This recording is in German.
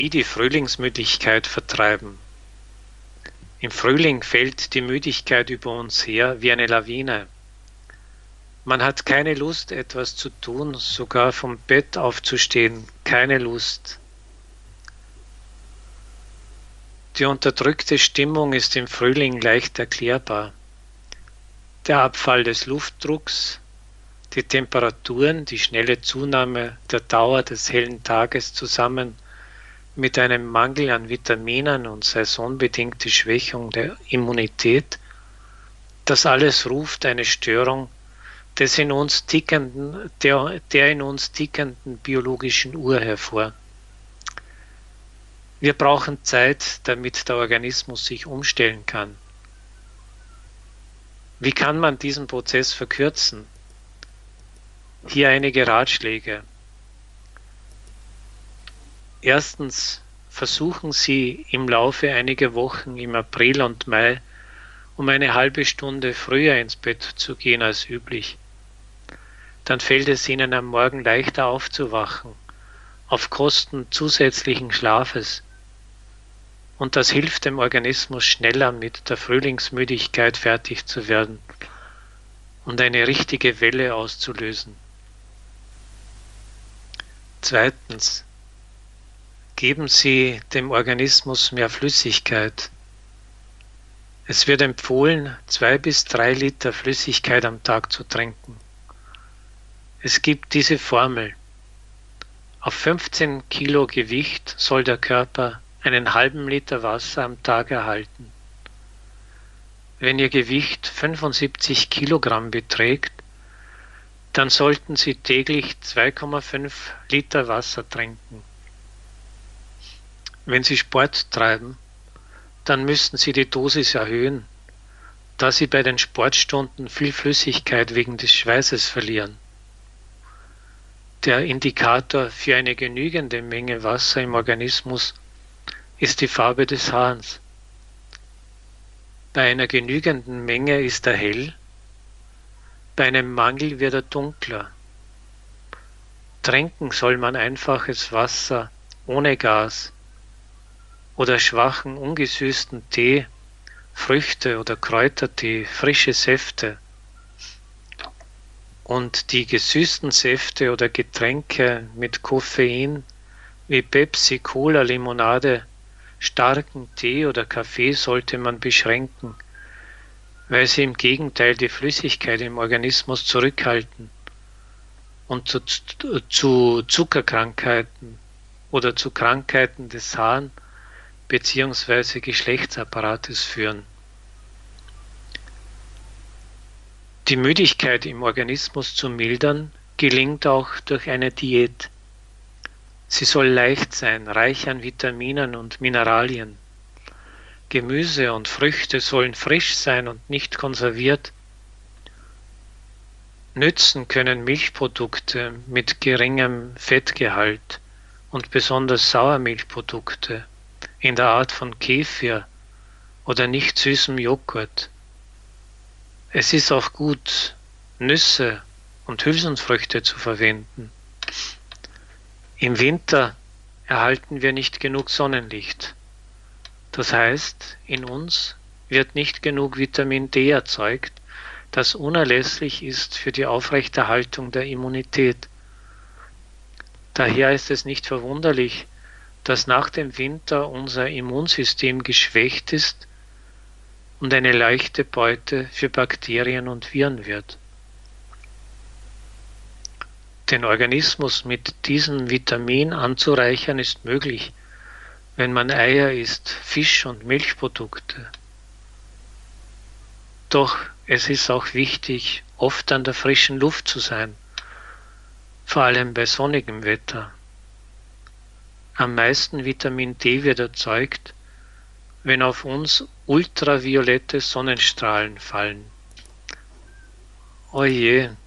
die Frühlingsmüdigkeit vertreiben. Im Frühling fällt die Müdigkeit über uns her wie eine Lawine. Man hat keine Lust, etwas zu tun, sogar vom Bett aufzustehen, keine Lust. Die unterdrückte Stimmung ist im Frühling leicht erklärbar. Der Abfall des Luftdrucks, die Temperaturen, die schnelle Zunahme der Dauer des hellen Tages zusammen mit einem Mangel an Vitaminen und saisonbedingte Schwächung der Immunität, das alles ruft eine Störung der in uns tickenden biologischen Uhr hervor. Wir brauchen Zeit, damit der Organismus sich umstellen kann. Wie kann man diesen Prozess verkürzen? Hier einige Ratschläge. Erstens, versuchen Sie im Laufe einiger Wochen im April und Mai um eine halbe Stunde früher ins Bett zu gehen als üblich. Dann fällt es Ihnen am Morgen leichter aufzuwachen, auf Kosten zusätzlichen Schlafes. Und das hilft dem Organismus schneller mit der Frühlingsmüdigkeit fertig zu werden und eine richtige Welle auszulösen. Zweitens, geben Sie dem Organismus mehr Flüssigkeit. Es wird empfohlen, 2 bis 3 Liter Flüssigkeit am Tag zu trinken. Es gibt diese Formel. Auf 15 Kilo Gewicht soll der Körper einen halben Liter Wasser am Tag erhalten. Wenn Ihr Gewicht 75 Kilogramm beträgt, dann sollten Sie täglich 2,5 Liter Wasser trinken. Wenn Sie Sport treiben, dann müssen Sie die Dosis erhöhen, da Sie bei den Sportstunden viel Flüssigkeit wegen des Schweißes verlieren. Der Indikator für eine genügende Menge Wasser im Organismus ist die Farbe des Haares. Bei einer genügenden Menge ist er hell, bei einem Mangel wird er dunkler. Trinken soll man einfaches Wasser ohne Gas oder schwachen, ungesüßten Tee, Früchte- oder Kräutertee, frische Säfte. Und die gesüßten Säfte oder Getränke mit Koffein wie Pepsi, Cola, Limonade, starken Tee oder Kaffee sollte man beschränken, weil sie im Gegenteil die Flüssigkeit im Organismus zurückhalten und zu Zuckerkrankheiten oder zu Krankheiten des Harn- bzw. Geschlechtsapparates führen. Die Müdigkeit im Organismus zu mildern, gelingt auch durch eine Diät. Sie soll leicht sein, reich an Vitaminen und Mineralien. Gemüse und Früchte sollen frisch sein und nicht konserviert. Nützen können Milchprodukte mit geringem Fettgehalt und besonders Sauermilchprodukte in der Art von Kefir oder nicht süßem Joghurt. Es ist auch gut, Nüsse und Hülsenfrüchte zu verwenden. Im Winter erhalten wir nicht genug Sonnenlicht. Das heißt, in uns wird nicht genug Vitamin D erzeugt, das unerlässlich ist für die Aufrechterhaltung der Immunität. Daher ist es nicht verwunderlich, dass nach dem Winter unser Immunsystem geschwächt ist und eine leichte Beute für Bakterien und Viren wird. Den Organismus mit diesem Vitamin anzureichern ist möglich, wenn man Eier isst, Fisch- und Milchprodukte. Doch es ist auch wichtig, oft an der frischen Luft zu sein, vor allem bei sonnigem Wetter. Am meisten Vitamin D wird erzeugt, wenn auf uns ultraviolette Sonnenstrahlen fallen. Oje,